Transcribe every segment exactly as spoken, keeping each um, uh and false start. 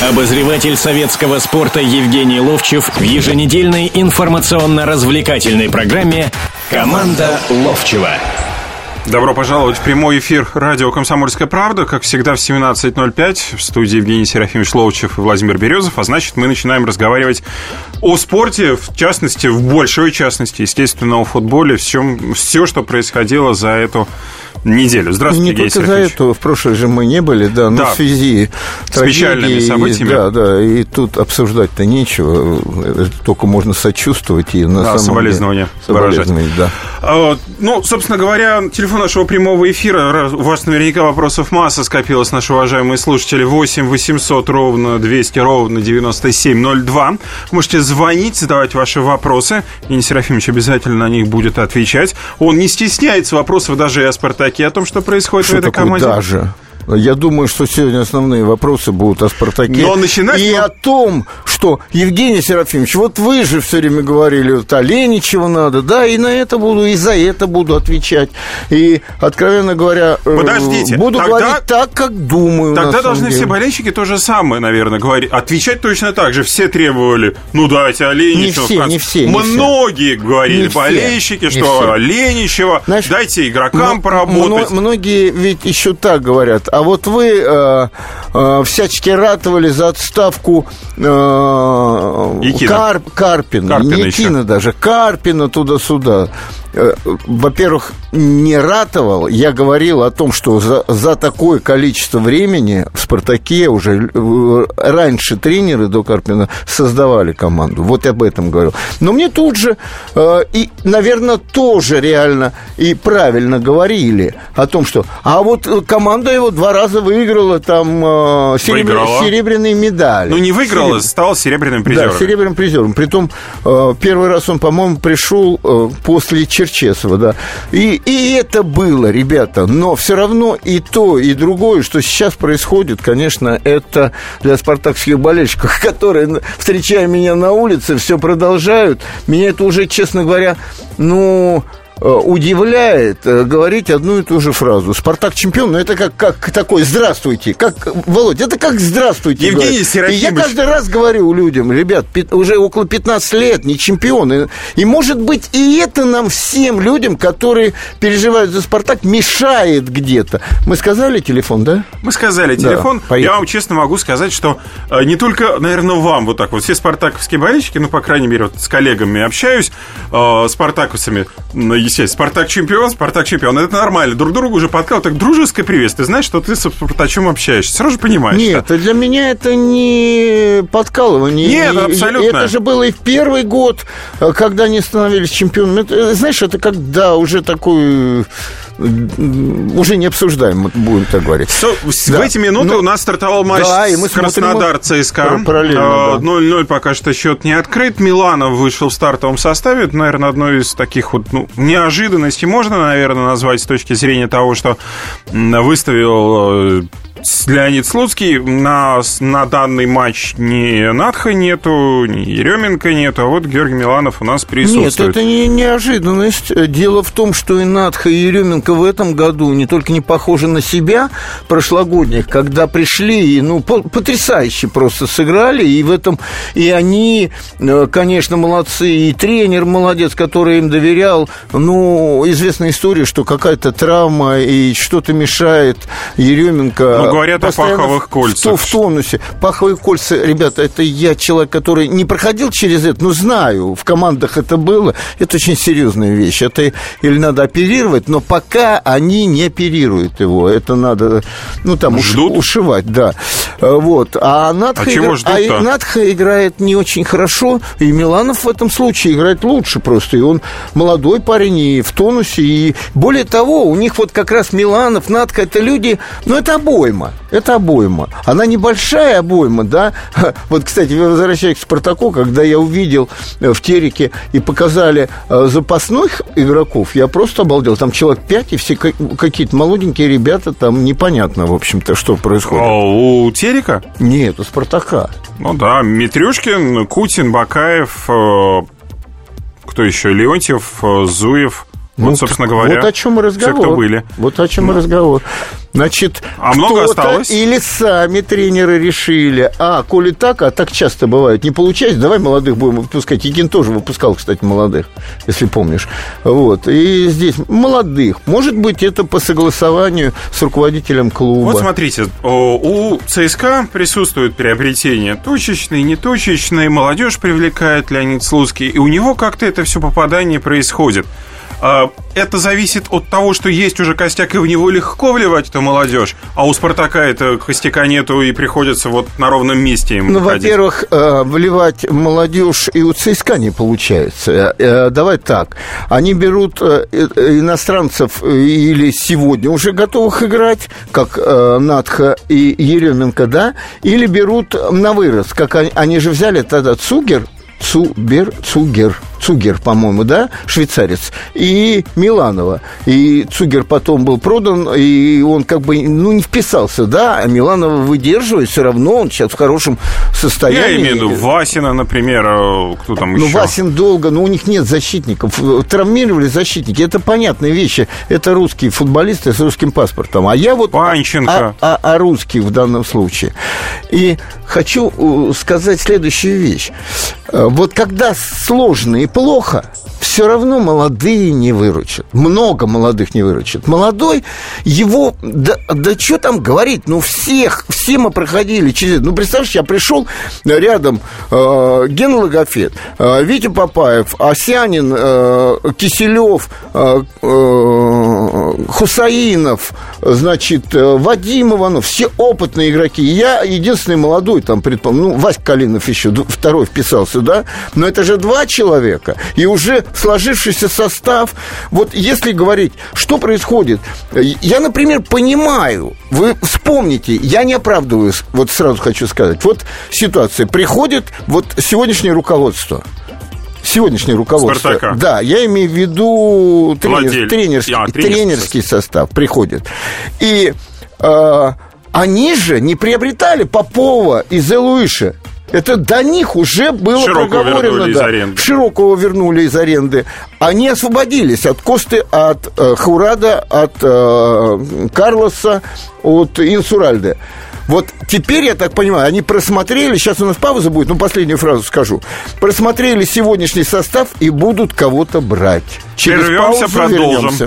Обозреватель советского спорта Евгений Ловчев в еженедельной информационно-развлекательной программе «Команда Ловчева». Добро пожаловать в прямой эфир радио «Комсомольская правда». Как всегда, в семнадцать ноль пять в студии Евгений Серафимович Ловчев и Владимир Березов. А значит, мы начинаем разговаривать о спорте, в частности, в большой частности, естественно, о футболе, всем, все, что происходило за эту неделю. Здравствуйте, Евгений Серафимович. Не только за это, в прошлый же мы не были, да, но да. в связи с печальными событиями. Да, да, и тут обсуждать-то нечего, только можно сочувствовать и на да, самом соболезнования деле... Соболезнования, да. А, ну, собственно говоря, телефон нашего прямого эфира, у вас наверняка вопросов масса скопилось, наши уважаемые слушатели, восемь восемьсот ровно двести ровно девяносто семь ноль два. Можете звонить, задавать ваши вопросы. Евгений Серафимович обязательно на них будет отвечать. Он не стесняется вопросов даже и о «Спартаке», о том, что происходит что в этой команде. Даже? Я думаю, что сегодня основные вопросы будут о «Спартаке». Но начинать... И но... о том, что, Евгений Серафимович, вот вы же все время говорили, вот о Леничеву надо, да, и на это буду, и за это буду отвечать. И, откровенно говоря, Подождите, буду тогда... говорить так, как думаю. Тогда должны деле. все болельщики то же самое, наверное, говорить. Отвечать точно так же. Все требовали, ну дайте о Леничеву. Не все, не все. Не Многие все. говорили, не болельщики, все. что Леничева, Знаешь, дайте игрокам м- поработать. М- многие ведь еще так говорят. А вот вы... всячески ратовали за отставку э, Кар, Карпина, Карпина не Кина даже, Карпина туда-сюда. Во-первых, не ратовал, я говорил о том, что за, за такое количество времени в «Спартаке» уже раньше тренеры до Карпина создавали команду. Вот об этом говорил. Но мне тут же, э, и, наверное, тоже реально и правильно говорили о том, что... А вот команда его два раза выиграла там э, серебр... серебряные медали. Ну, не выиграла, Серебр... стал серебряным призером. Да, серебряным призером. Притом, э, первый раз он, по-моему, пришел э, после Черчесова, да. И, и это было, ребята, но все равно и то, и другое, что сейчас происходит, конечно, это для спартакских болельщиков, которые, встречая меня на улице, все продолжают. Меня это уже, честно говоря, ну... удивляет говорить одну и ту же фразу. «Спартак чемпион», ну это как, как такой «здравствуйте». Как, Володь, это как «здравствуйте». Евгений Серафимович. И я каждый раз говорю людям, ребят, уже около пятнадцати лет, не чемпионы. И, может быть, и это нам всем людям, которые переживают за «Спартак», мешает где-то. Мы сказали телефон, да? Мы сказали телефон. Да, я вам честно могу сказать, что э, не только, наверное, вам вот так вот, все спартаковские болельщики, ну, по крайней мере, вот с коллегами общаюсь, э, спартаковцами, естественно, «Спартак чемпион», «Спартак чемпион». Это нормально. Друг другу уже подкал. Так, дружеское приветствие. Ты знаешь, что ты с «Спартачом» общаешься. Сразу же понимаешь. Нет, что... для меня это не подкалывание. Нет, абсолютно. Это же было и в первый год, когда они становились чемпионами. Это, знаешь, это когда уже такой... уже не обсуждаем, будем так говорить. So, да. В эти минуты Но... у нас стартовал матч да, и мы Краснодар ЦСКА. Параллельно, ноль ноль пока что счет не открыт. Миланов вышел в стартовом составе. Это, наверное, одно из таких вот ну, неожиданностей можно, наверное, назвать с точки зрения того, что выставил Леонид Слуцкий. На, на данный матч ни Надха нету, ни Еременко нету, а вот Георгий Миланов у нас присутствует. Нет, это не неожиданность. Дело в том, что и Надха, и Еременко в этом году не только не похожи на себя прошлогодних, когда пришли, ну, потрясающе просто сыграли, и в этом, и они, конечно, молодцы, и тренер молодец, который им доверял. Ну, известная история, что какая-то травма и что-то мешает Еременко. Ну, говорят о паховых кольцах. В, в тонусе. Паховые кольца, ребята, это я человек, который не проходил через это, но знаю, в командах это было. Это очень серьезная вещь. Это или надо оперировать, но пока они не оперируют его. Это надо, ну, там, уш, ушивать, да. Вот. А Надха, а игра... а Надха играет не очень хорошо, и Миланов в этом случае играет лучше просто. И он молодой парень, и в тонусе. И более того, у них вот как раз Миланов, Надха, это люди, ну, это обойма. Это обойма. Она небольшая обойма, да. Вот, кстати, возвращаясь к «Спартаку», когда я увидел в телеке и показали запасных игроков, я просто обалдел. Там человек пять, и все какие-то молоденькие ребята, там непонятно, в общем-то, что происходит. А у терека? Нет, у «Спартака». Ну да, Митрюшкин, Кутин, Бакаев, кто еще? Леонтьев, Зуев. Вот, ну, собственно говоря, вот о чем и разговор. Все, кто были. Вот о чем ну. и разговор. Значит, а много осталось? Или сами тренеры решили, а, коли так, а так часто бывает, не получается, давай молодых будем выпускать. Егин тоже выпускал, кстати, молодых, если помнишь. Вот. И здесь молодых. Может быть, это по согласованию с руководителем клуба. Вот смотрите, у ЦСКА присутствует приобретение точечные, неточечные, молодежь привлекает Леонид Слуцкий, и у него как-то это все попадание происходит. Это зависит от того, что есть уже костяк, и в него легко вливать эту молодежь, а у «Спартака» это костяка нету, и приходится вот на ровном месте им Ну, ходить. во-первых, вливать молодежь и у ЦСКА не получается. Давай так, они берут иностранцев или сегодня уже готовых играть, как Надха и Еременко, да, или берут на вырос, как они, они же взяли тогда Цугер, Цубер, Цугер, Цугер, по-моему, да, швейцарец, и Миланова. И Цугер потом был продан, и он как бы, ну, не вписался, да, а Миланова выдерживает, все равно он сейчас в хорошем состоянии. Я имею в виду Васина, например, кто там еще? Ну, Васин долго, но у них нет защитников. Травмировали защитники, это понятные вещи. Это русские футболисты с русским паспортом. А я вот... Панченко. А, а, а русский в данном случае. И хочу сказать следующую вещь. Вот когда сложно и плохо, все равно молодые не выручат. Много молодых не выручат. Молодой, его, да, да что там говорить, ну всех, все мы проходили через... Ну, представьте, я пришел рядом э, Гена Логофет, э, Витя Папаев, Осянин, э, Киселев, э, э, Хусаинов, значит, э, Вадим Иванов, все опытные игроки. Я единственный молодой, там, предположим, ну, Васька Калинов еще второй вписался, да, но это же два человека, и уже сложившийся состав. Вот если говорить, что происходит, я, например, понимаю, вы вспомните, я не оправдываюсь, вот сразу хочу сказать, вот ситуация, приходит вот сегодняшнее руководство, сегодняшнее руководство, Спартака. Да, я имею в виду тренер, тренерский, а, тренерский состав приходит, и э, они же не приобретали Попова и Зелуиша. Это до них уже было Широкого проговорено. Да. Широкого вернули из аренды. Они освободились от Косты, от э, Хаурада, от э, Карлоса, от Инсуральде. Вот теперь, я так понимаю, они просмотрели, сейчас у нас пауза будет, но последнюю фразу скажу. Просмотрели сегодняшний состав и будут кого-то брать. Через Прервемся, паузу продолжим. вернемся.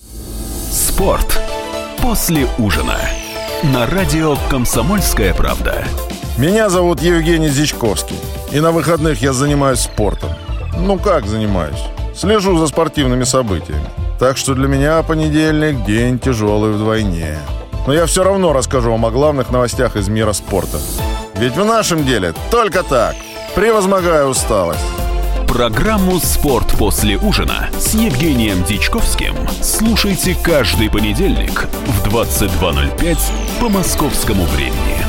Спорт после ужина. На радио «Комсомольская правда». Меня зовут Евгений Зичковский, и на выходных я занимаюсь спортом. Ну как занимаюсь? Слежу за спортивными событиями. Так что для меня понедельник – день тяжелый вдвойне. Но я все равно расскажу вам о главных новостях из мира спорта. Ведь в нашем деле только так, превозмогая усталость. Программу «Спорт после ужина» с Евгением Дичковским слушайте каждый понедельник в двадцать два ноль пять по московскому времени.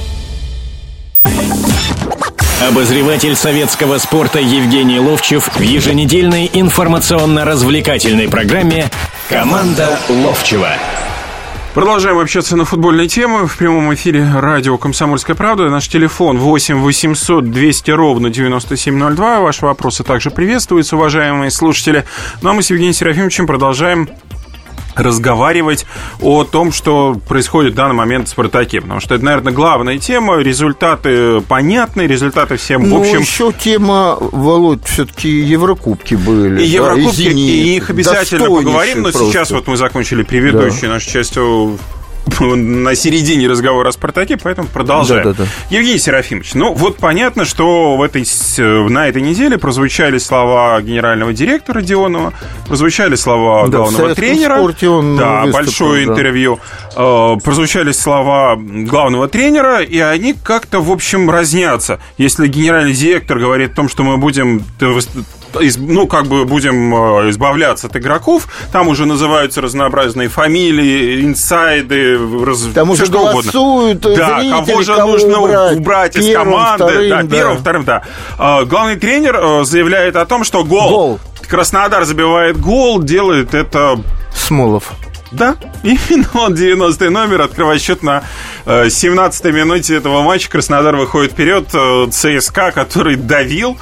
Обозреватель советского спорта Евгений Ловчев в еженедельной информационно-развлекательной программе «Команда Ловчева». Продолжаем общаться на футбольные темы. В прямом эфире радио «Комсомольская правда». Наш телефон восемь восемьсот двести ровно девяносто семь ноль два. Ваши вопросы также приветствуются, уважаемые слушатели. Ну а мы с Евгением Серафимовичем продолжаем разговаривать о том, что происходит в данный момент в «Спартаке». Потому что это, наверное, главная тема. Результаты понятны, результаты всем, ну, в общем... еще тема, Володь, все-таки Еврокубки были. И да, Еврокубки, и, и их обязательно поговорим. Но просто. Сейчас вот мы закончили предыдущую да. нашу часть на середине разговора о «Спартаке», поэтому продолжаем. Да, да, да. Евгений Серафимович, ну вот понятно, что в этой, на этой неделе прозвучали слова генерального директора Дионова, прозвучали слова да, главного тренера, он да, выступил, большое да. интервью, э, прозвучали слова главного тренера, и они как-то, в общем, разнятся. Если генеральный директор говорит о том, что мы будем... ну, как бы будем избавляться от игроков, там уже называются разнообразные фамилии, инсайды, раз... там уже что голосуют угодно. Да, зрители, кого же кого нужно убрать, убрать из первым, команды. вторым, да, да. первым, вторым, да. А, главный тренер заявляет о том, что гол, гол. Краснодар забивает гол, делает это... Смолов. Да, именно он, девяностый номер, открывает счет на семнадцатой минуте этого матча. Краснодар выходит вперед. ЦСКА, который давил,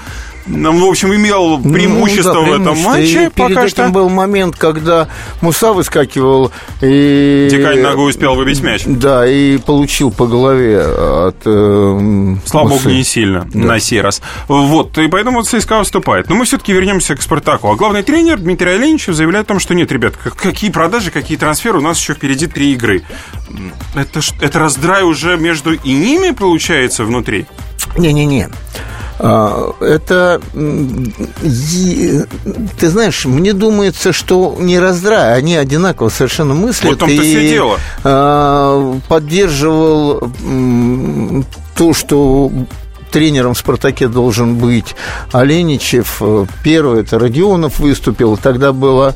в общем, имел преимущество ну, да, в этом матче. И перед этим что. был момент, когда Муса выскакивал и... Дикань ногой успел выбить мяч. Да, и получил по голове от э, Слава Мусы. Богу, не сильно да. на сей раз. Вот, и поэтому вот ЦСКА выступает. Но мы все-таки вернемся к «Спартаку». А главный тренер Дмитрий Аленичев заявляет о том, что нет, ребят, какие продажи, какие трансферы, у нас еще впереди три игры. Это, это раздрай уже между и ними, получается, внутри? Не-не-не. Это, ты знаешь, мне думается, что не раздрай, они одинаково совершенно мыслят. Вот в том-то все дело. Поддерживал то, что тренером в «Спартаке» должен быть Аленичев. Первый это Родионов выступил. Тогда была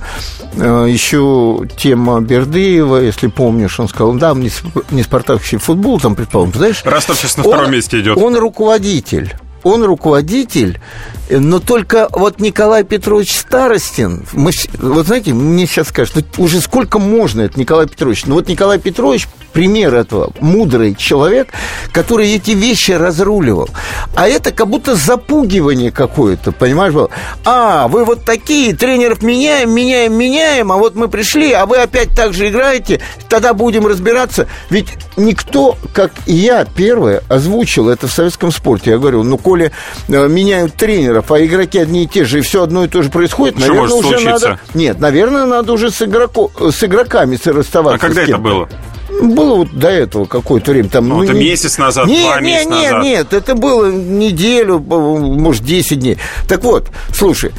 еще тема Бердыева, если помнишь. Он сказал, да, мне не спартаковский футбол, там, предположим, знаешь. Ростов сейчас на втором он, месте идет. Он руководитель. Он руководитель, но только вот Николай Петрович Старостин, мы, вот знаете, мне сейчас скажут, уже сколько можно это Николай Петрович? Ну вот Николай Петрович пример этого, мудрый человек, который эти вещи разруливал. А это как будто запугивание какое-то, понимаешь? А, вы вот такие, тренеров меняем, меняем, меняем, а вот мы пришли, а вы опять так же играете, тогда будем разбираться. Ведь никто, как и я, первое, озвучил это в советском спорте. Я говорю, ну, коли меняют тренеров, а игроки одни и те же, и все одно и то же происходит, что наверное, уже случиться? надо... Нет, наверное, надо уже с, игроко... с игроками расставаться. А когда это было? Было вот до этого какое-то время. Там, ну, это не... месяц назад, нет, два нет, месяца нет, назад. Нет, это было неделю, может, десять дней. Так вот, слушай,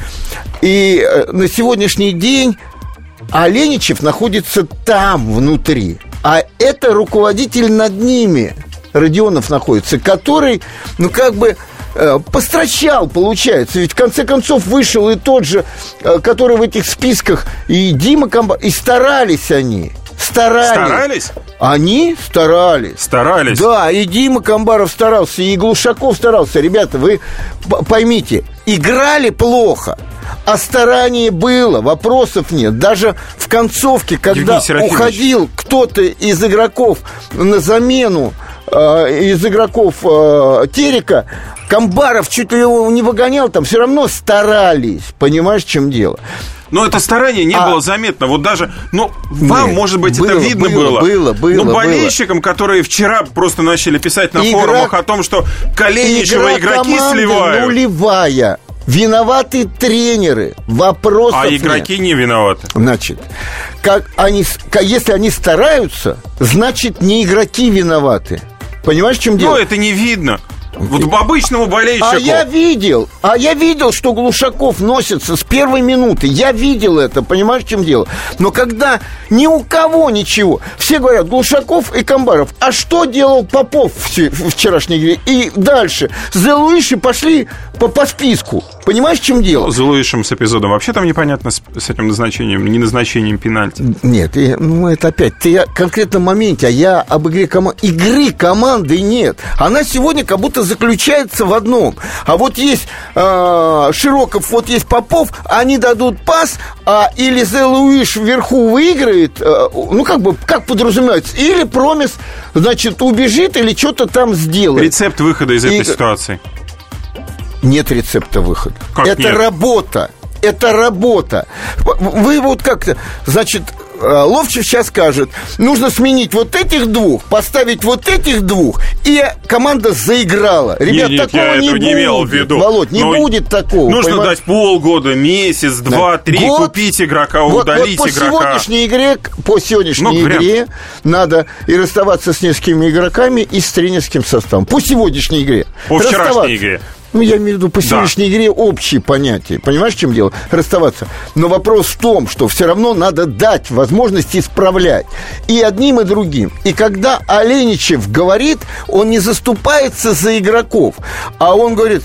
и на сегодняшний день Аленичев находится там, внутри, а это руководитель над ними, Родионов находится, который, ну, как бы... построчал, получается. Ведь в конце концов вышел и тот же, который в этих списках, и Дима Камбаров, и старались они. Старались. Старались? Они старались. Старались. Да, и Дима Камбаров старался, и Глушаков старался. Ребята, вы поймите, играли плохо, а старание было, вопросов нет. Даже в концовке, когда уходил кто-то из игроков на замену, э, из игроков э, Терека, Камбаров чуть ли его не выгонял, там все равно старались. Понимаешь, в чем дело? Но это старание не а... было заметно. Вот даже, ну, вам, Нет, может быть, было, это видно было. Было, было, было. Но болельщикам, было. которые вчера просто начали писать на Игра... форумах о том, что Коленичева игроки сливают. Нулевая. Виноваты тренеры. Вопросов А игроки нет. не виноваты. Значит, как они, если они стараются, значит, не игроки виноваты. Понимаешь, в чем дело? Ну, это не видно. Вот обычному болельщику. А я видел, а я видел, что Глушаков носится с первой минуты. Я видел это, понимаешь, в чем дело? Но когда ни у кого ничего, все говорят, Глушаков и Камбаров. А что делал Попов в вчерашней игре? И дальше. Зелуиши пошли по, по списку. Понимаешь, в чем дело? Ну, Зелуишем с эпизодом вообще там непонятно с, с этим назначением, не назначением пенальти. Нет, и, ну это опять, ты о конкретном моменте, а я об игре команды. Игры команды нет. Она сегодня как будто заключается в одном. А вот есть э, Широков, вот есть Попов, они дадут пас, а или Зелуиш вверху выиграет, э, ну как бы, как подразумевается, или Промис, значит, убежит или что-то там сделает. Рецепт выхода из этой И... ситуации. Нет рецепта выхода. Как это нет? работа. Это работа. Вы вот как-то, значит, Ловчев сейчас скажет, нужно сменить вот этих двух, поставить вот этих двух, и команда заиграла. Ребят, нет, нет, такого я не этого будет. Не имел в виду. Володь, не Но будет такого. Нужно понимаешь? дать полгода, месяц, два, три, Год. купить игрока, вот, удалить вот по игрока. Сегодняшней игре, по сегодняшней ну, игре надо и расставаться с несколькими игроками, и с тренерским составом. По сегодняшней игре. По вчерашней игре. Ну, я имею в виду по сегодняшней да. игре общие понятия. Понимаешь, в чем дело? Расставаться. Но вопрос в том, что все равно надо дать возможность исправлять. И одним, и другим. И когда Аленичев говорит, он не заступается за игроков. А он говорит,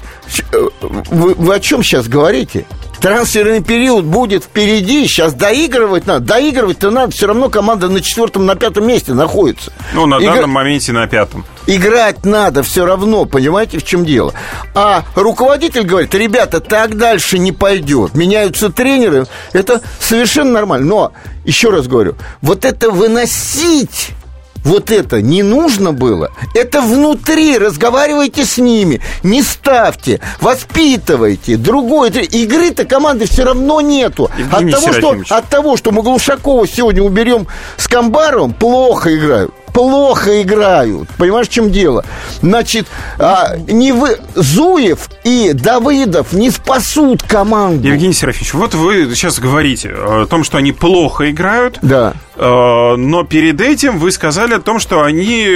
вы, вы о чем сейчас говорите? Трансферный период будет впереди, сейчас доигрывать надо. Доигрывать-то надо, все равно команда на четвертом, на пятом месте находится. Ну, на Игра... данном моменте на пятом. Играть надо все равно, понимаете, в чем дело? А руководитель говорит, ребята, так дальше не пойдет. Меняются тренеры, это совершенно нормально. Но, еще раз говорю, вот это выносить вот это не нужно было. Это внутри, разговаривайте с ними, не ставьте, воспитывайте. Другой игры-то команды все равно нету. От того, что, от того, что мы Глушакова сегодня уберем с Камбаровым, плохо играют. Плохо играют. Понимаешь, в чем дело? Значит, а, не вы, Зуев и Давыдов не спасут команду. Евгений Серафимович, вот вы сейчас говорите о том, что они плохо играют. Да. Э, но перед этим вы сказали о том, что они...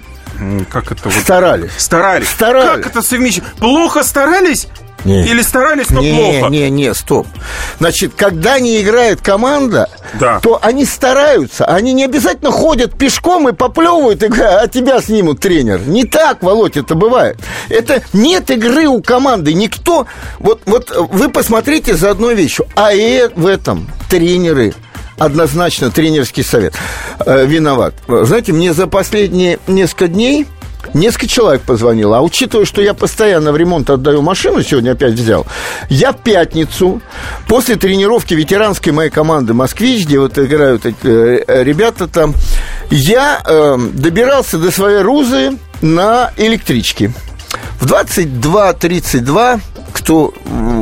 Как это вот? Старались. Старались. Старались. Как это совмещать? Плохо старались? Не. Или старались, но не, плохо? Не, не, стоп. Значит, когда не играет команда, да. то они стараются. Они не обязательно ходят пешком и поплевывают, а тебя снимут тренер. Не так, Володь, это бывает. Это нет игры у команды. Никто... Вот, вот вы посмотрите за одной вещью. А и в этом тренеры... Однозначно тренерский совет э, виноват. Знаете, мне за последние несколько дней несколько человек позвонило. А учитывая, что я постоянно в ремонт отдаю машину, сегодня опять взял, я в пятницу, после тренировки ветеранской моей команды «Москвич», где вот играют эти э, ребята там, я э, добирался до своей Рузы на электричке. В двадцать два тридцать два, кто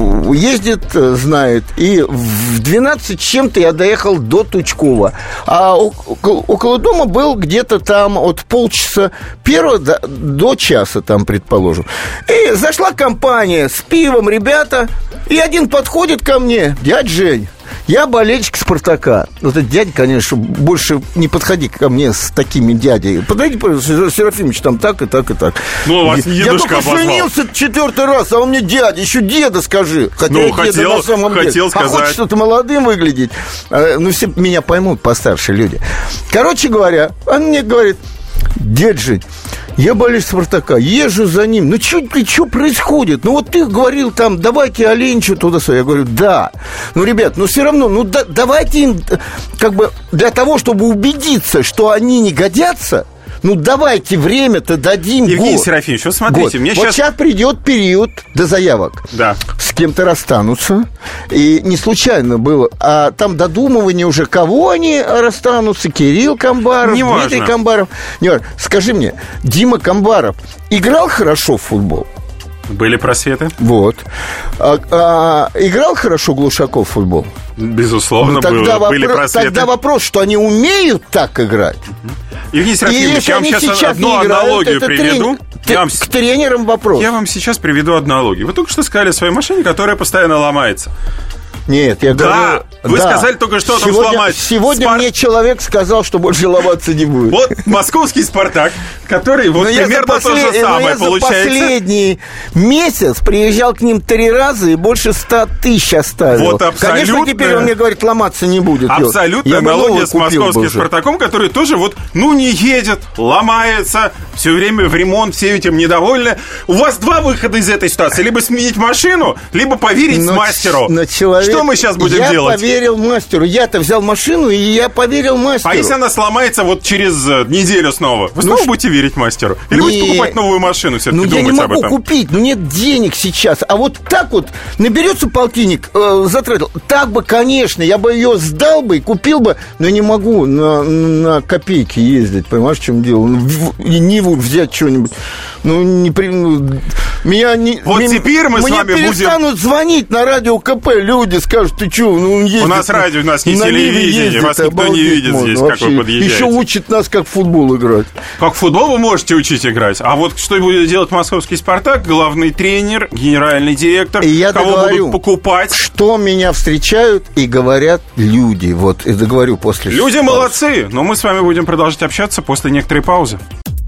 ездит, знает, и в двенадцать с чем-то я доехал до Тучкова. А около, около дома был где-то там от полчаса первого до, до часа, там, предположим. И зашла компания с пивом, ребята, и один подходит ко мне: дядь Жень, я болельщик «Спартака». Вот этот дядя, конечно, больше не подходи ко мне с такими дядей. Подойди, Серафимович, там так и так и так. Ну, у вас не я дедушка только обозвал. Женился четвертый раз, а он мне дядя, еще деда скажи. Хотя ну, я хотел, деда на самом хотел деле. сказать. А хочет что-то молодым выглядеть. Ну, все меня поймут, постарше люди. Короче говоря, он мне говорит: дядь Жень, я болельщик «Спартака», езжу за ним. Ну, что происходит? Ну, вот ты говорил там, давайте Оленичу туда-сюда. Я говорю, да. Ну, ребят, ну, все равно, ну, да, давайте им, как бы, для того, чтобы убедиться, что они не годятся, ну, давайте время-то дадим. Евгений год. Серафимович, вот смотрите, год. мне вот сейчас... сейчас придет период до заявок. Да. С кем-то расстанутся. И не случайно было. А там додумывание уже, кого они расстанутся. Кирилл Камбаров, не Дмитрий важно. Камбаров. Не важно. Скажи мне, Дима Камбаров играл хорошо в футбол? Были просветы? Вот. А, а, играл хорошо Глушаков в футбол? Безусловно, ну, тогда было. Были вопрос, просветы. Тогда вопрос, что они умеют так играть. Евгений Серафимович, я вам сейчас, сейчас одну играют, аналогию приведу. Трени... Я вам... К тренерам вопрос. Я вам сейчас приведу аналогию. Вы только что сказали о своей машине, которая постоянно ломается. Нет, я да, говорю... вы да. сказали только что, сегодня, там сломать. Сегодня Спар... мне человек сказал, что больше ломаться не будет. Вот московский «Спартак», который вот но примерно послед... то же самое но получается. Я за последний месяц приезжал к ним три раза и больше ста тысяч оставил. Вот абсолютно... Конечно, теперь он мне говорит, ломаться не будет. Абсолютная аналогия с московским «Спартаком», который тоже вот, ну, не едет, ломается, все время в ремонт, все этим недовольны. У вас два выхода из этой ситуации. Либо сменить машину, либо поверить но, мастеру. Но человек... Что мы сейчас будем я делать? Я поверил мастеру. Я-то взял машину, и я поверил мастеру. А если она сломается вот через неделю снова? Вы снова ну, будете верить мастеру? Или не... будете покупать новую машину, все-таки ну, думать об этом? я не могу купить, ну, нет денег сейчас. А вот так вот наберется полтинник, э, затратил. Так бы, конечно, я бы ее сдал бы и купил бы, но я не могу на, на копейки ездить. Понимаешь, в чем дело? И Ниву взять что-нибудь. Ну, не при... ну, меня не... Вот мне, теперь мы с вами будем... Мне перестанут звонить на радио КП. Люди скажут, ты что, ну, он ездит... У нас радио, у нас не телевидение, вас никто не видит можно. здесь, Вообще, как вы подъезжаете. Еще учит нас, как в футбол играть. Как в футбол вы можете учить играть. А вот что будет делать московский «Спартак», главный тренер, генеральный директор, и я кого договорю, будут покупать. Что меня встречают и говорят люди. Вот, и договорю после... Люди паузы. Молодцы, но мы с вами будем продолжать общаться после некоторой паузы.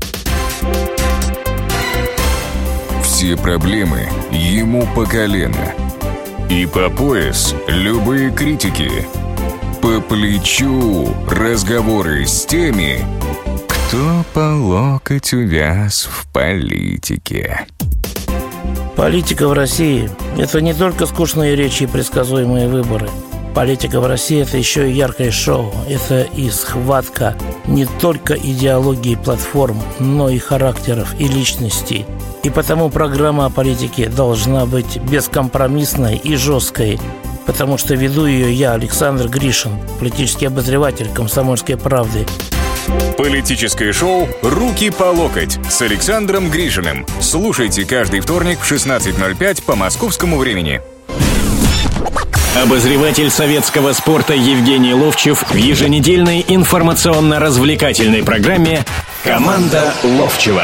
Все проблемы ему по колено. И по пояс любые критики. По плечу разговоры с теми, кто по локоть увяз в политике. Политика в России – это не только скучные речи и предсказуемые выборы. Политика в России – это еще и яркое шоу. Это и схватка не только идеологии платформ, но и характеров и личностей. И потому программа о политике должна быть бескомпромиссной и жесткой, потому что веду ее я, Александр Гришин, политический обозреватель «Комсомольской правды». Политическое шоу «Руки по локоть» с Александром Гришиным. Слушайте каждый вторник в шестнадцать ноль пять по московскому времени. Обозреватель советского спорта Евгений Ловчев в еженедельной информационно-развлекательной программе «Команда Ловчева».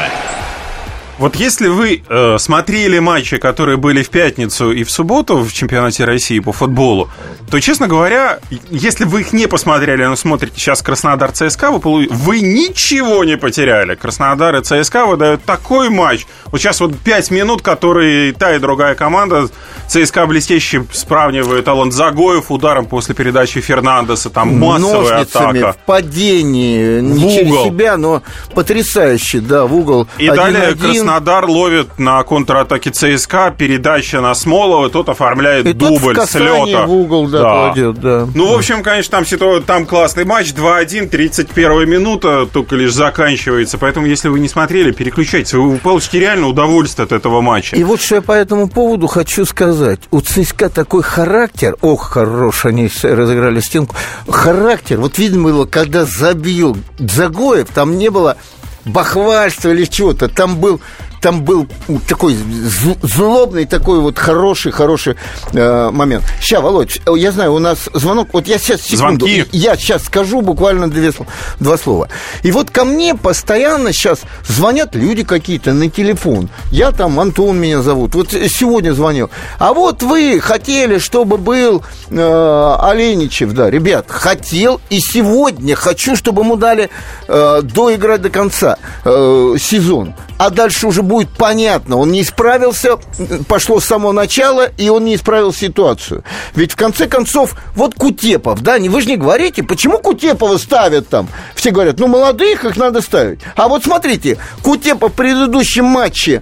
Вот если вы э, смотрели матчи, которые были в пятницу и в субботу в чемпионате России по футболу, то, честно говоря, если вы их не посмотрели, но смотрите сейчас Краснодар ЦСКА, вы, полу... вы ничего не потеряли. Краснодар и ЦСКА выдают такой матч. Вот сейчас вот пять минут, которые та и другая команда. ЦСКА блестяще справнивает Алан Загоев ударом после передачи Фернандеса. Там массовая ножницами, атака. В падении, не через себя, но потрясающе, да, в угол. И далее Краснодар ловит на контратаке ЦСКА, передача на Смолова, тот оформляет и дубль с лета. В угол, да, да. кладет, да. Ну, в общем, конечно, там, ситуация, там классный матч, два один, тридцать первая минута только лишь заканчивается, поэтому, если вы не смотрели, переключайтесь, вы получите реально удовольствие от этого матча. И вот что я по этому поводу хочу сказать. У ЦСКА такой характер, ох, хорош, они разыграли стенку, характер, вот видно было, когда забил Загоев, там не было бахвальства или чего-то, там был... Там был такой злобный, такой вот хороший, хороший э, момент. Сейчас, Володь, я знаю, у нас звонок. Вот я сейчас, секунду, Звонки. я сейчас скажу буквально две, два слова. И вот ко мне постоянно сейчас звонят люди какие-то на телефон. Я там, Антон меня зовут, вот сегодня звонил. А вот вы хотели, чтобы был э, Оленичев, да, ребят, хотел и сегодня хочу, чтобы ему дали э, доиграть до конца э, сезон. А дальше уже будет понятно, он не исправился, пошло с самого начала, и он не исправил ситуацию. Ведь в конце концов, вот Кутепов, да, вы же не говорите, почему Кутепова ставят там? Все говорят, ну, молодых их надо ставить. А вот смотрите, Кутепов в предыдущем матче,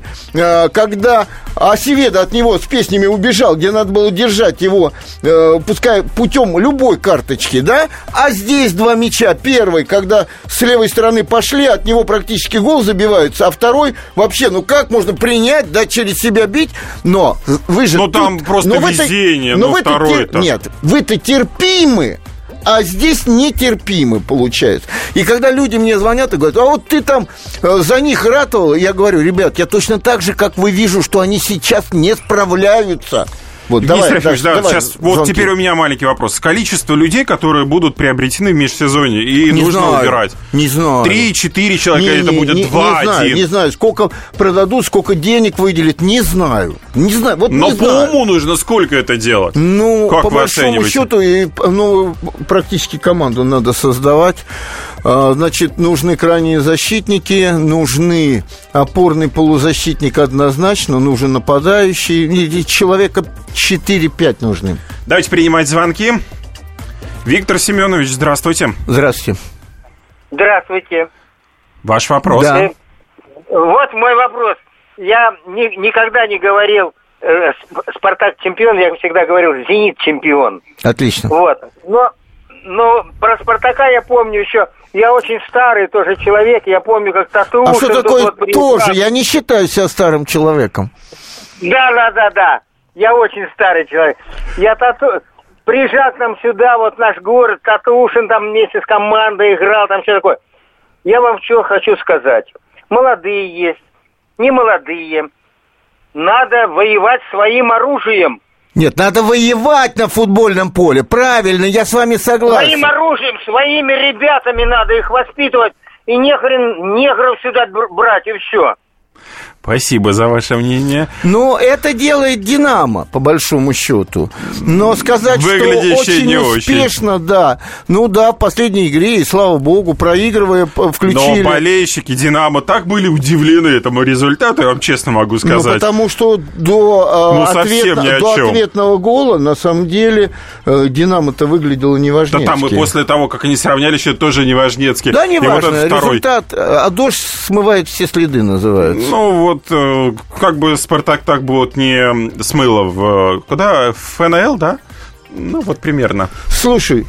когда Асеведо от него с песнями убежал, где надо было держать его, пускай путем любой карточки, да, а здесь два мяча. Первый, когда с левой стороны пошли, от него практически гол забиваются, а второй вообще, ну как можно принять, да, через себя бить, но вы же... Ну там тут, просто но везение, но ну второй-то... Нет, вы-то терпимы, а здесь нетерпимы, получается. И когда люди мне звонят и говорят, а вот ты там э, за них ратовал, я говорю, ребят, я точно так же, как вы, вижу, что они сейчас не справляются. Вот, давай, Серафимович, да, давай, сейчас вот звонки. Теперь у меня маленький вопрос. Количество людей, которые будут приобретены в межсезонье, и не нужно знаю, убирать. Не знаю. Три-четыре человека, не, это не, будет два-один. Не знаю, не знаю, сколько продадут, сколько денег выделят, не знаю. Не знаю, вот Но не по знаю. уму нужно сколько это делать? Ну, как по вы большому оцениваете? счету, и, ну, практически команду надо создавать. Значит, нужны крайние защитники, нужны опорный полузащитник однозначно, нужен нападающий, и человека четыре-пять нужны. Давайте принимать звонки. Виктор Семенович, здравствуйте. Здравствуйте. Здравствуйте. Ваш вопрос. Да. Вот мой вопрос. Я ни, никогда не говорил э, «Спартак чемпион», я всегда говорил «Зенит чемпион». Отлично. Вот. Но, но про «Спартака» я помню еще... Я очень старый тоже человек, я помню, как Татушин... А что такое вот тоже? Я не считаю себя старым человеком. Да, да, да, да. Я очень старый человек. Я тату... приезжал к нам сюда, вот наш город, Татушин там вместе с командой играл, там все такое. Я вам что хочу сказать. Молодые есть, не молодые. Надо воевать своим оружием. Нет, надо воевать на футбольном поле. Правильно, я с вами согласен. Своим оружием, своими ребятами надо их воспитывать. И нехрен негров сюда брать, и все. Спасибо за ваше мнение. Ну, это делает «Динамо», по большому счету. Но сказать, Выглядящее что очень не успешно, очень. да. Ну да, в последней игре, и слава богу, проигрывая, включили. Но болельщики «Динамо» так были удивлены этому результату, я вам честно могу сказать. Ну, потому что до, ну, ответно, до ответного гола, на самом деле, «Динамо»-то выглядело неважнецки. Да там и после того, как они сравняли, еще тоже неважнецки. Да, неважно, вот результат, а дождь смывает все следы, называется. Ну, вот, как бы «Спартак» так бы вот не смыло в... Куда? В эн эл, да? Ну, вот примерно. Слушай,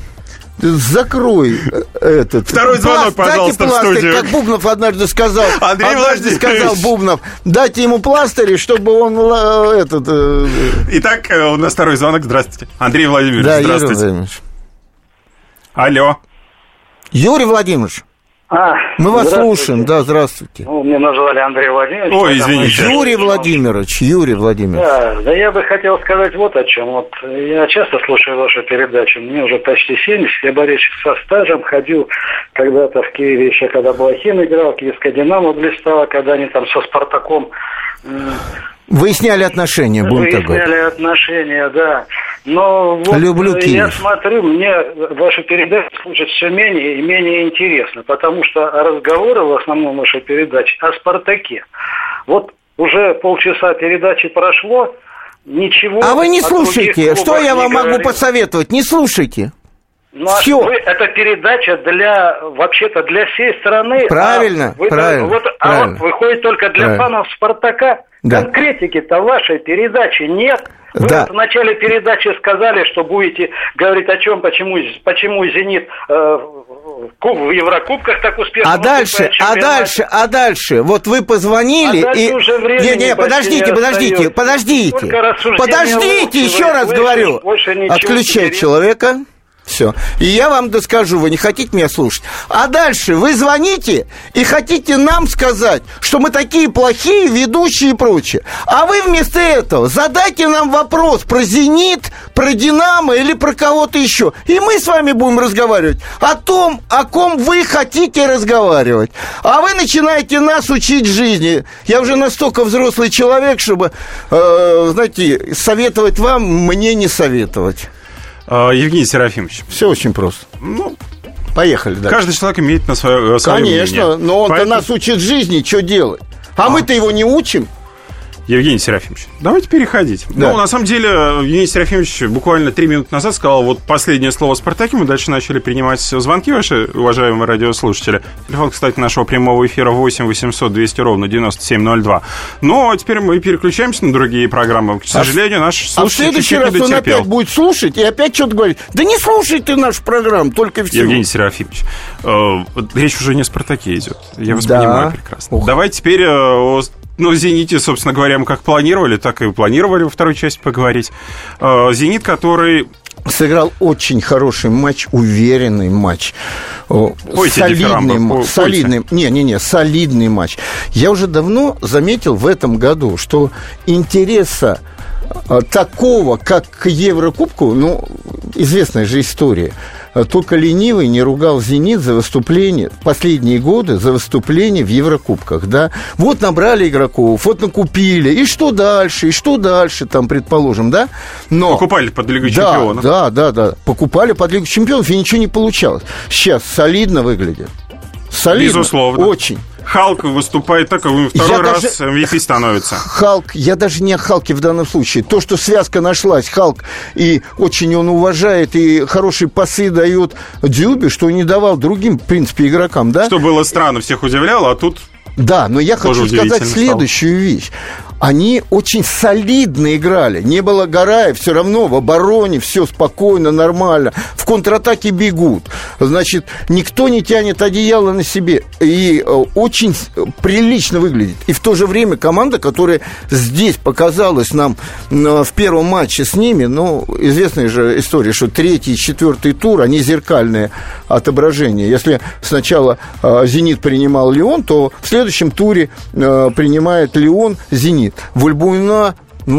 закрой этот... Второй звонок, Пласт, пожалуйста, дайте в пластырь, студию. как Бубнов однажды сказал. Андрей однажды Владимирович. сказал Бубнов, дайте ему пластырь, чтобы он этот... Итак, у нас второй звонок. Здравствуйте. Андрей Владимирович, да, здравствуйте. Юрий Владимирович. Алло. Юрий Владимирович. А, Мы вас слушаем, да, здравствуйте. Ну, меня назвали Андрей Владимирович. Ой, извините. Юрий Владимирович, Юрий Владимирович. Да, да я бы хотел сказать вот о чем. Вот я часто слушаю вашу передачу, мне уже почти семьдесят, я болельщик со стажем, ходил когда-то в Киеве, еще когда Блохин играл, Киевская «Динамо» блистала, когда они там со «Спартаком». Выясняли отношения, будем так говорить. Выясняли отношения, да. Но вот Люблю Киев. Я смотрю, мне вашу передачу слушать все менее и менее интересно, потому что разговоры в основном вашей передаче о «Спартаке». Вот уже полчаса передачи прошло, ничего... А вы не слушайте, что я вам могу посоветовать? Не слушайте. Ну, а Все. Вы, это передача для, вообще-то, для всей страны. Правильно, а вы, правильно. Вот, правильно. А вот выходит только для правильно. фанов «Спартака». Да. Конкретики-то вашей передачи нет. Вы Да. вот в начале передачи сказали, что будете говорить о чем, почему, почему «Зенит» э, в Еврокубках так успешно... А дальше, а дальше, а дальше, вот вы позвонили а и... Не, не, подождите, подождите, подождите. Подождите, еще раз больше, говорю. Больше Отключать человека. Все. И я вам доскажу, вы не хотите меня слушать. А дальше вы звоните и хотите нам сказать, что мы такие плохие ведущие и прочее. А вы вместо этого задайте нам вопрос про «Зенит», про «Динамо» или про кого-то еще. И мы с вами будем разговаривать о том, о ком вы хотите разговаривать. А вы начинаете нас учить жизни. Я уже настолько взрослый человек, чтобы, э, знаете, советовать вам, мне не советовать. Евгений Серафимович. Все очень просто. Ну, поехали дальше. Каждый человек имеет на свое, свое Конечно, мнение. но он-то Поэтому... нас учит жизни, что делать. А, а мы-то его не учим. Евгений Серафимович, давайте переходить. Да. Ну, на самом деле, Евгений Серафимович буквально три минуты назад сказал вот последнее слово о «Спартаке». Мы дальше начали принимать звонки, ваши уважаемые радиослушатели. Телефон, кстати, нашего прямого эфира восемь восемьсот двести ровно девяносто семь ноль два. Но теперь мы переключаемся на другие программы. К сожалению, наш слушатель А в следующий раз он опять будет слушать и опять что-то говорит. Да не слушай ты нашу программу, только всего. Евгений Серафимович, э, речь уже не о «Спартаке» идет. Я вас да. понимаю прекрасно. Ух. Давайте теперь э, о... Ну, «Зените», собственно говоря, мы как планировали, так и планировали во второй части поговорить. «Зенит», который... Сыграл очень хороший матч, уверенный матч. Пойте, солидный, м- солидный, не, не, не, солидный матч. Я уже давно заметил в этом году, что интереса такого, как к Еврокубку, ну, известная же история. Только ленивый не ругал «Зенит» за выступление в последние годы, за выступление в Еврокубках, да. Вот набрали игроков, вот накупили, и что дальше, и что дальше, там, предположим, да. Но... Покупали под Лигу да, чемпионов. Да, да, да, покупали под Лигу чемпионов, и ничего не получалось. Сейчас солидно выглядит. Солидно. Безусловно. Очень. Халк выступает так, как он второй я раз даже... эм ви пи становится. Халк, я даже не о Халке в данном случае. То, что связка нашлась, Халк, и очень он уважает, и хорошие пасы дает Дзюбе, что не давал другим, в принципе, игрокам, да? Что было странно, всех удивляло, а тут... Да, но я хочу сказать следующую вещь. Они очень солидно играли. Не было Гараев, все равно в обороне все спокойно, нормально. В контратаке бегут. Значит, никто не тянет одеяло на себе. И очень прилично выглядит. И в то же время команда, которая здесь показалась нам в первом матче с ними, ну, известная же история, что третий и четвертый тур, они зеркальные отображения. Если сначала «Зенит» принимал «Лион», то в следующем туре принимает «Лион» «Зенит». Вольбуйна,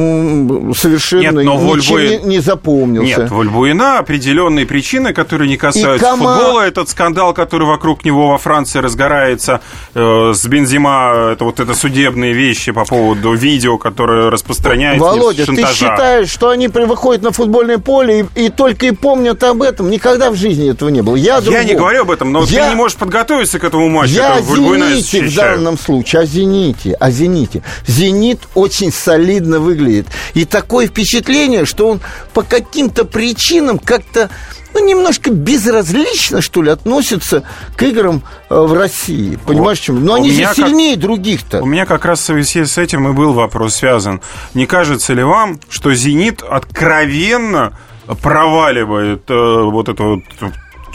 ну, совершенно Нет, но ничем Вольбуин... не, не запомнился. Нет, Вольбуина определенные причины, которые не касаются кома... футбола. Этот скандал, который вокруг него во Франции разгорается э, с Бензима, это вот это судебные вещи по поводу видео, которое распространяется. Володя, ты считаешь, что они выходят на футбольное поле и, и только и помнят об этом? Никогда в жизни этого не было. Я, Я не говорю об этом, но я... ты не можешь подготовиться к этому матчу. Я о «Зените» в данном случае, о «Зените», о «Зените». «Зенит» очень солидно выглядит. Выглядит. И такое впечатление, что он по каким-то причинам как-то, ну, немножко безразлично, что ли, относится к играм э, в России. Понимаешь, чем? Но они же сильнее как... других-то. У меня как раз в связи с этим и был вопрос связан. Не кажется ли вам, что «Зенит» откровенно проваливает э, вот эту вот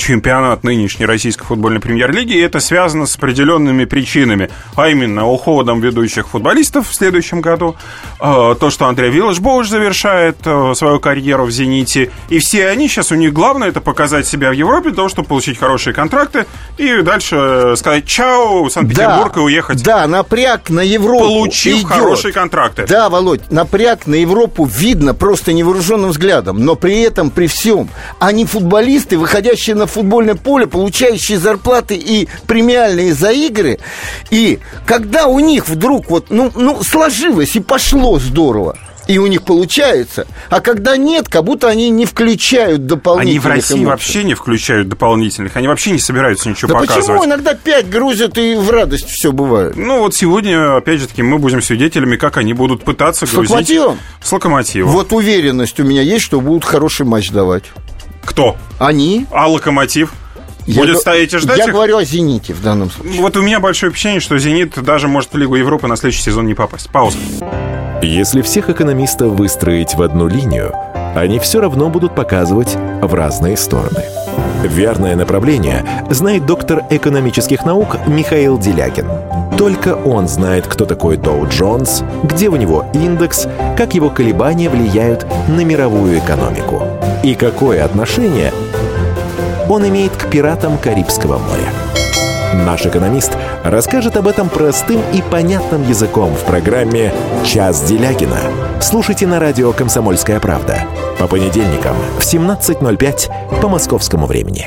чемпионат нынешней российской футбольной премьер-лиги, и это связано с определенными причинами, а именно уходом ведущих футболистов в следующем году, то, что Андрей Виллаш-Боуш завершает свою карьеру в «Зените», и все они сейчас, у них главное это показать себя в Европе для того, чтобы получить хорошие контракты и дальше сказать «чао» в Санкт-Петербург, да, и уехать. Да, напряг на Европу получив идет. Хорошие контракты. Да, Володь, напряг на Европу видно просто невооруженным взглядом, но при этом, при всем, они футболисты, выходящие на футбольное поле, получающие зарплаты и премиальные за игры, и когда у них вдруг вот, ну, ну сложилось и пошло здорово, и у них получается. А когда нет, как будто они не включают дополнительных. Они в России эмоций. Вообще не включают дополнительных. Они вообще не собираются ничего да показывать. Почему иногда пять грузят и в радость все бывает? Ну вот сегодня, опять же таки, мы будем свидетелями, как они будут пытаться с грузить. С локомотивом? С локомотивом. Вот уверенность у меня есть, что будут хороший матч давать. Кто? Они. А локомотив? Я будет г... стоять и ждать Я их? говорю о «Зените» в данном случае. Вот у меня большое впечатление, что «Зенит» даже может в Лигу Европы на следующий сезон не попасть. Пауза. Если всех экономистов выстроить в одну линию, они все равно будут показывать в разные стороны. Верное направление знает доктор экономических наук Михаил Делягин. Только он знает, кто такой Доу Джонс, где у него индекс, как его колебания влияют на мировую экономику и какое отношение он имеет к пиратам Карибского моря. Наш экономист расскажет об этом простым и понятным языком в программе «Час Делягина». Слушайте на радио «Комсомольская правда» по понедельникам в семнадцать ноль пять по московскому времени.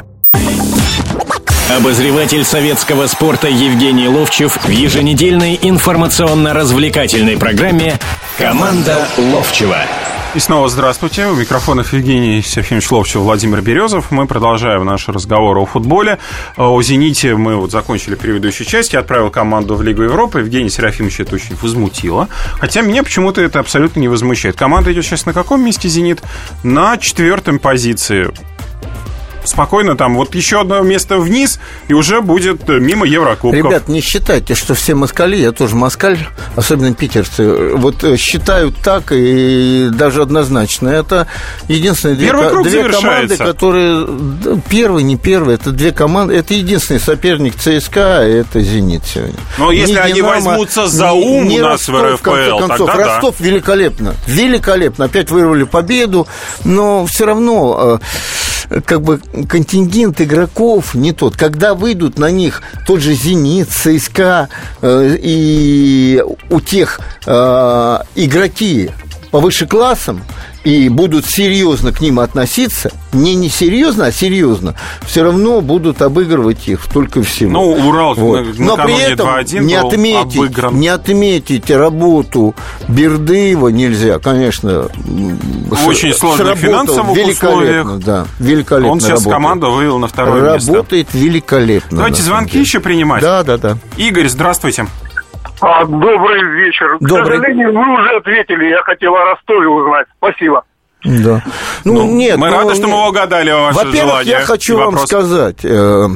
Обозреватель советского спорта Евгений Ловчев в еженедельной информационно-развлекательной программе «Команда Ловчева». И снова здравствуйте. У микрофонов Евгений Серафимович Ловчев, Владимир Березов. Мы продолжаем наш разговор о футболе. О «Зените» мы вот закончили предыдущую часть. Я отправил команду в Лигу Европы. Евгений Серафимович это очень возмутило. Хотя меня почему-то это абсолютно не возмущает. Команда идет сейчас на каком месте «Зенит»? На четвертой позиции. Спокойно там, вот еще одно место вниз, и уже будет мимо Еврокубков. Ребят, не считайте, что все москали, я тоже москаль, особенно питерцы, вот считают так и даже однозначно. Это единственные две, две команды, которые... Первый, не первый, это две команды, это единственный соперник ЦСКА, это «Зенит» сегодня. Но если не они Динамо, возьмутся за ум не, не у нас Ростов, в эр эф пэ эл, концов, тогда Ростов да. великолепно, великолепно, опять вырвали победу, но все равно... как бы контингент игроков не тот. Когда выйдут на них тот же «Зенит», ЦСКА э, и у тех э, игроки повыше классом и будут серьезно к ним относиться, не не серьезно, а серьезно, все равно будут обыгрывать их только всего. Ну, Урал вот. Но при этом не отметить, не отметить работу Бердыева нельзя, конечно. В очень сложных финансовых условиях. Да, великолепно. Он сейчас работает. Команду вывел на второе работает место. Работает великолепно. Давайте звонки еще принимать. Да, да, да. Игорь, здравствуйте. А, добрый вечер. Добрый. К сожалению, вы уже ответили. Я хотел о Ростове узнать. Спасибо. Да. Ну, ну нет. Мы ну, рады, что мы угадали ваше во-первых, желание. Во-первых, я хочу вам вопрос. сказать. Э,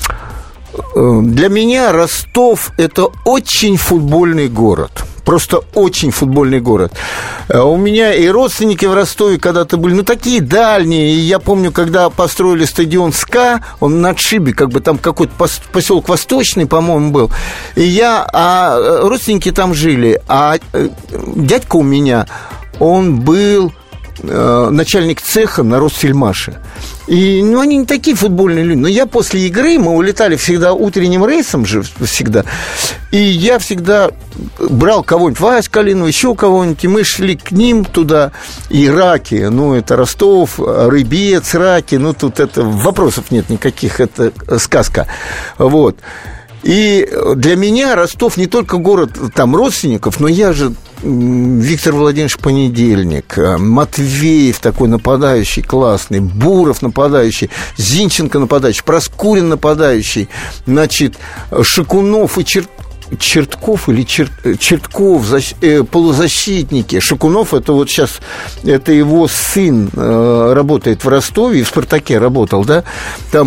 э, для меня Ростов – это очень футбольный город. Просто очень футбольный город. У меня и родственники в Ростове когда-то были, ну, такие дальние. И я помню, когда построили стадион СКА, он на отшибе, как бы там какой-то поселок Восточный, по-моему, был. И я, а родственники там жили. А дядька у меня, он был начальник цеха на Росфильмаше. И, ну, они не такие футбольные люди. Но я после игры, мы улетали всегда утренним рейсом же, всегда. И я всегда брал кого-нибудь, Вась Калинова, еще кого-нибудь, и мы шли к ним туда. И Раки, ну, это Ростов, Рыбец, Раки, ну, тут это вопросов нет никаких, это сказка. Вот. И для меня Ростов не только город там родственников, но я же Виктор Владимирович Понедельник, Матвеев такой нападающий классный, Буров нападающий, Зинченко нападающий, Проскурин нападающий, значит, Шакунов и Черт... Чертков или Чер... Чертков, защ... э, полузащитники. Шакунов, это вот сейчас, это его сын э, работает в Ростове, и в «Спартаке» работал, да, там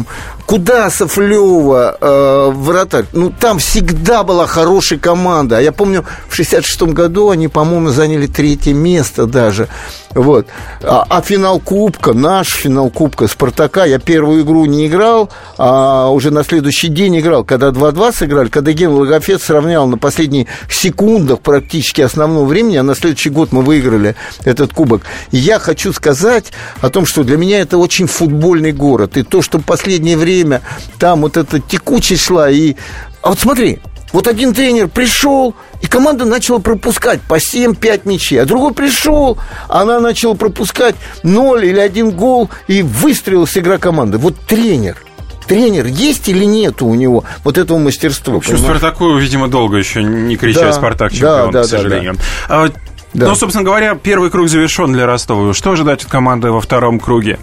Куда Софлёва, э, вратарь? Ну, там всегда была хорошая команда. А я помню, в шестьдесят шестом году они, по-моему, заняли третье место даже. Вот. А, а финал Кубка, наш финал Кубка Спартака, я первую игру не играл, а уже на следующий день играл, когда два-два сыграли, когда Ген Логофет сравнял на последних секундах практически основного времени, а на следующий год мы выиграли этот Кубок. И я хочу сказать о том, что для меня это очень футбольный город. И то, что в последнее время там вот эта текучесть шла. И... А вот смотри, вот один тренер пришел, и команда начала пропускать по семь-пять мячей. А другой пришел, она начала пропускать ноль или один гол, и выстрелилась игра команды. Вот тренер. Тренер есть или нет у него вот этого мастерства? В общем, Спартаку, видимо, долго еще не кричать, да, Спартак чемпион, да, да, к сожалению. Да, да. Да. Ну, собственно говоря, первый круг завершен для Ростова. Что ожидать от команды во втором круге?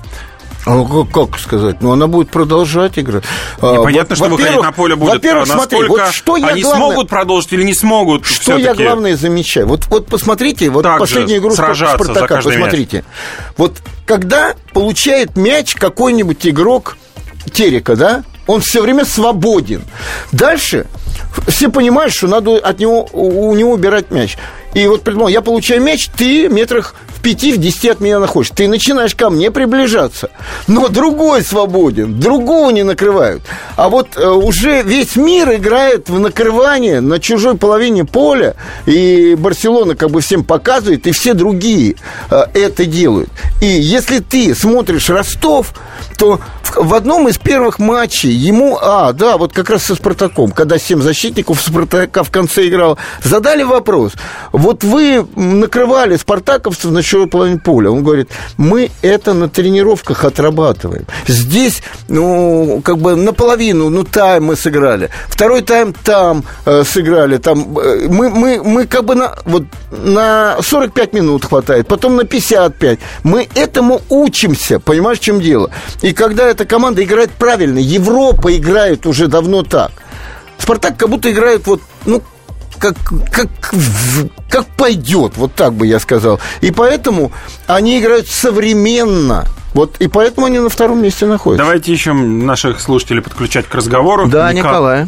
А как сказать? Ну, она будет продолжать играть. Непонятно, что выходить на поле будет. Во-первых, смотри, вот что я они главное, смогут продолжить или не смогут? Что все-таки? Я главное замечаю. Вот, вот посмотрите, вот так последнюю игру Спартака, посмотрите. Мяч. Вот когда получает мяч какой-нибудь игрок Терека, да, он все время свободен. Дальше все понимают, что надо от него, у него убирать мяч. И вот, предположим, я получаю мяч, ты метрах в пяти, в десяти от меня находишься. Ты начинаешь ко мне приближаться. Но другой свободен, другого не накрывают. А вот э, уже весь мир играет в накрывание на чужой половине поля. И Барселона как бы всем показывает, и все другие э, это делают. И если ты смотришь Ростов, то в, в одном из первых матчей ему, а, да, вот как раз со Спартаком, когда семь защитников Спартака в конце играл, задали вопрос. Вот вы накрывали спартаковцев на чужой половине поля. Он говорит, мы это на тренировках отрабатываем. Здесь, ну, как бы наполовину, ну, тайм мы сыграли. Второй тайм там э, сыграли. Там, э, мы, мы, мы как бы на, вот, на сорок пять минут хватает, потом на пятьдесят пять. Мы этому учимся, понимаешь, в чем дело? И когда эта команда играет правильно, Европа играет уже давно так. Спартак как будто играет вот, ну, Как, как, как пойдет, вот так бы я сказал. И поэтому они играют современно. Вот, и поэтому они на втором месте находятся. Давайте еще наших слушателей подключать к разговору. Да, Николай.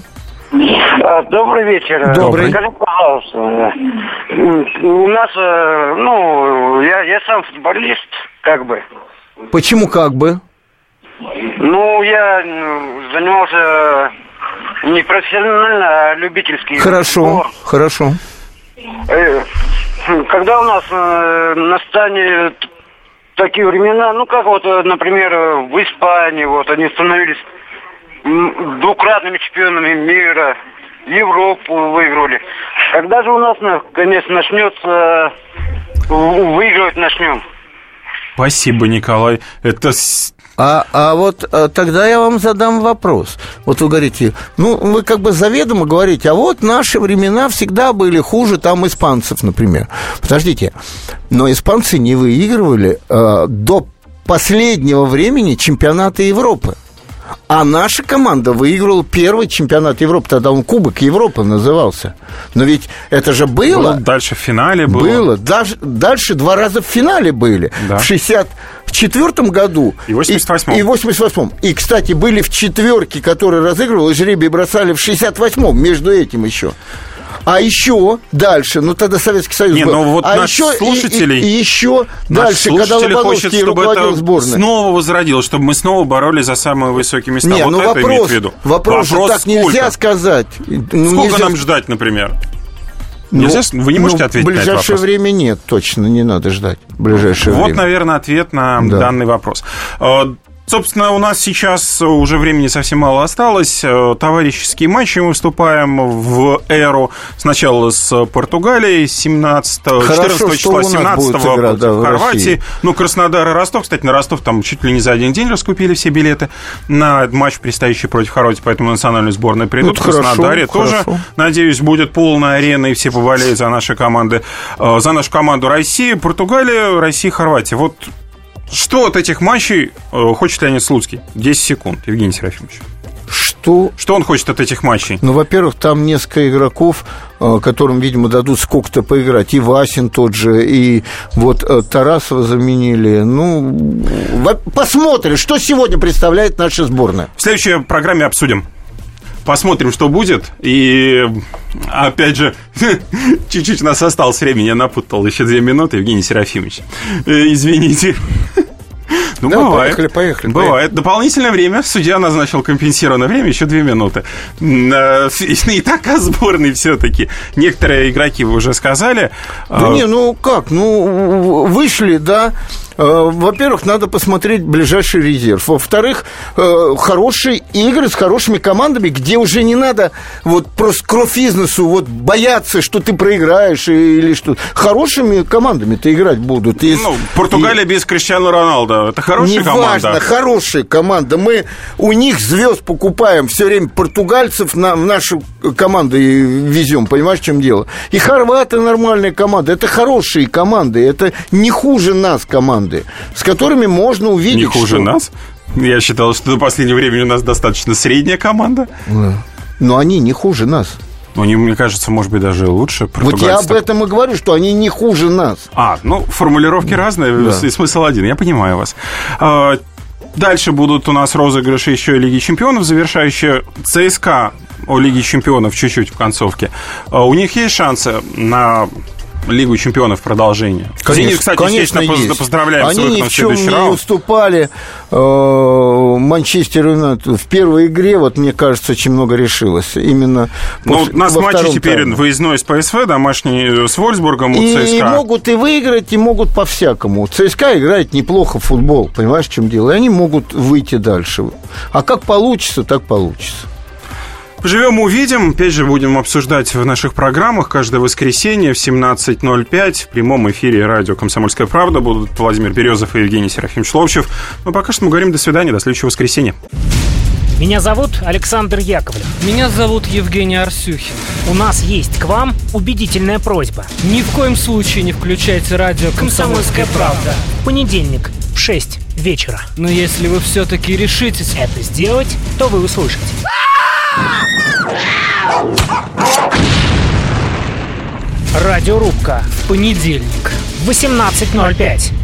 Добрый вечер. Добрый. Скажи, пожалуйста, у нас, ну, я, я сам футболист, как бы. Почему как бы? Ну, я занимался... Не профессионально, а любительский. Хорошо, спорт. Хорошо. Когда у нас настанет такие времена, ну, как вот, например, в Испании, вот, они становились двукратными чемпионами мира, Европу выиграли. Когда же у нас, наконец, начнется, выигрывать начнем? Спасибо, Николай. Это... А, а вот а, тогда я вам задам вопрос. Вот вы говорите, ну, вы как бы заведомо говорите, а вот наши времена всегда были хуже там испанцев, например. Подождите, но испанцы не выигрывали а, до последнего времени чемпионата Европы. А наша команда выиграла первый чемпионат Европы. Тогда он Кубок Европы назывался. Но ведь это же было. Ну, дальше в финале было. Было. Даже, дальше два раза в финале были. Да. В шестьдесят четвёртом году. И в восемьдесят восьмом. И, и в восемьдесят восьмом. И, кстати, были в четверке, которые разыгрывал, и жребий бросали в шестьдесят восьмом. Между этим еще. А еще дальше, ну тогда Советский Союз Не, был. Ну, вот а еще слушателей, и, и, и еще дальше, когда Лобановский руководил сборной. Снова возродилось, чтобы мы снова боролись за самые высокие места. Не, вот ну это вопрос, имеет в виду. Вопрос, вопрос же так сколько? Нельзя сказать. Сколько нельзя... нам ждать, например? Ну, нельзя, вы не можете ну, ответить на этот вопрос? В ближайшее время нет, точно, не надо ждать. В ближайшее вот, время. наверное, ответ на да. данный вопрос. Собственно, у нас сейчас уже времени совсем мало осталось. Товарищеские матчи мы вступаем в эру. Сначала с Португалией, семнадцатого, четырнадцатого числа, семнадцатого игра, против да, Хорватии. Ну, Краснодар и Ростов. Кстати, на Ростов там чуть ли не за один день раскупили все билеты на матч, предстоящий против Хорватии, поэтому национальную сборную придут. Ну, в Краснодаре хорошо, тоже, хорошо. Надеюсь, будет полная арена, и все поболеют за наши команды, за нашу команду России, Португалия, Россия, Хорватия. Вот что от этих матчей хочет Леонид Слуцкий? десять секунд, Евгений Серафимович. Что Что? Что он хочет от этих матчей? Ну, во-первых, там несколько игроков, которым, видимо, дадут сколько-то поиграть. И Васин тот же, и вот Тарасова заменили. Ну, посмотрим, что сегодня представляет наша сборная. В следующей программе обсудим. Посмотрим, что будет. И, опять же, чуть-чуть у нас осталось времени. Я напутал еще две минуты. Евгений Серафимович, извините. Ну, да, бывает. Поехали, поехали. Бывает. Поехали. Дополнительное время. Судья назначил компенсированное время, еще две минуты. И так о сборной все-таки. Некоторые игроки вы уже сказали. Да не, ну как? Ну, вышли, да. Во-первых, надо посмотреть ближайший резерв. Во-вторых, хорошие игры с хорошими командами, где уже не надо вот просто кровь из носу, вот бояться, что ты проиграешь или что. Хорошими командами-то играть будут. И, ну, Португалия и... без Криштиану Роналдо. Это хорошая не команда? Неважно, хорошая команда. Мы у них звезд покупаем все время португальцев на, в нашу команду и везем. Понимаешь, в чем дело? И хорваты нормальная команда. Это хорошие команды. Это не хуже нас команды, с которыми можно увидеть... Не хуже что... нас? Я считал, что до последнего времени у нас достаточно средняя команда. Да. Но они не хуже нас. Ну, они, мне кажется, может быть, даже лучше. Вот я об этом и говорю, что они не хуже нас. А, ну, формулировки разные, да. И смысл один, я понимаю вас. Дальше будут у нас розыгрыши еще и Лиги Чемпионов, завершающие ЦСКА о Лиге Чемпионов чуть-чуть в концовке. У них есть шансы на... Лигу чемпионов продолжение. Конечно, Зенит, кстати, конечно, естественно, есть. поздравляем Они с выходом ни в в чем следующий не раунд. уступали Манчестер Юнайтед в первой игре, вот мне кажется, очень много решилось. Именно ну, после, у нас матчи теперь тайме. Выездной с ПСВ, домашний с Вольсбургом, у и ЦСКА. И могут и выиграть, и могут по-всякому. ЦСКА играет неплохо в футбол, понимаешь, в чем дело? И они могут выйти дальше. А как получится, так получится. Поживем, увидим. Опять же, будем обсуждать в наших программах каждое воскресенье в семнадцать ноль пять в прямом эфире радио «Комсомольская правда». Будут Владимир Березов и Евгений Серафимович Ловчев. Но пока что мы говорим до свидания, до следующего воскресенья. Меня зовут Александр Яковлев. Меня зовут Евгений Арсюхин. У нас есть к вам убедительная просьба. Ни в коем случае не включайте радио «Комсомольская правда». В понедельник в шесть вечера. Но если вы все-таки решитесь это сделать, то вы услышите. Радиорубка в понедельник в восемнадцать ноль пять.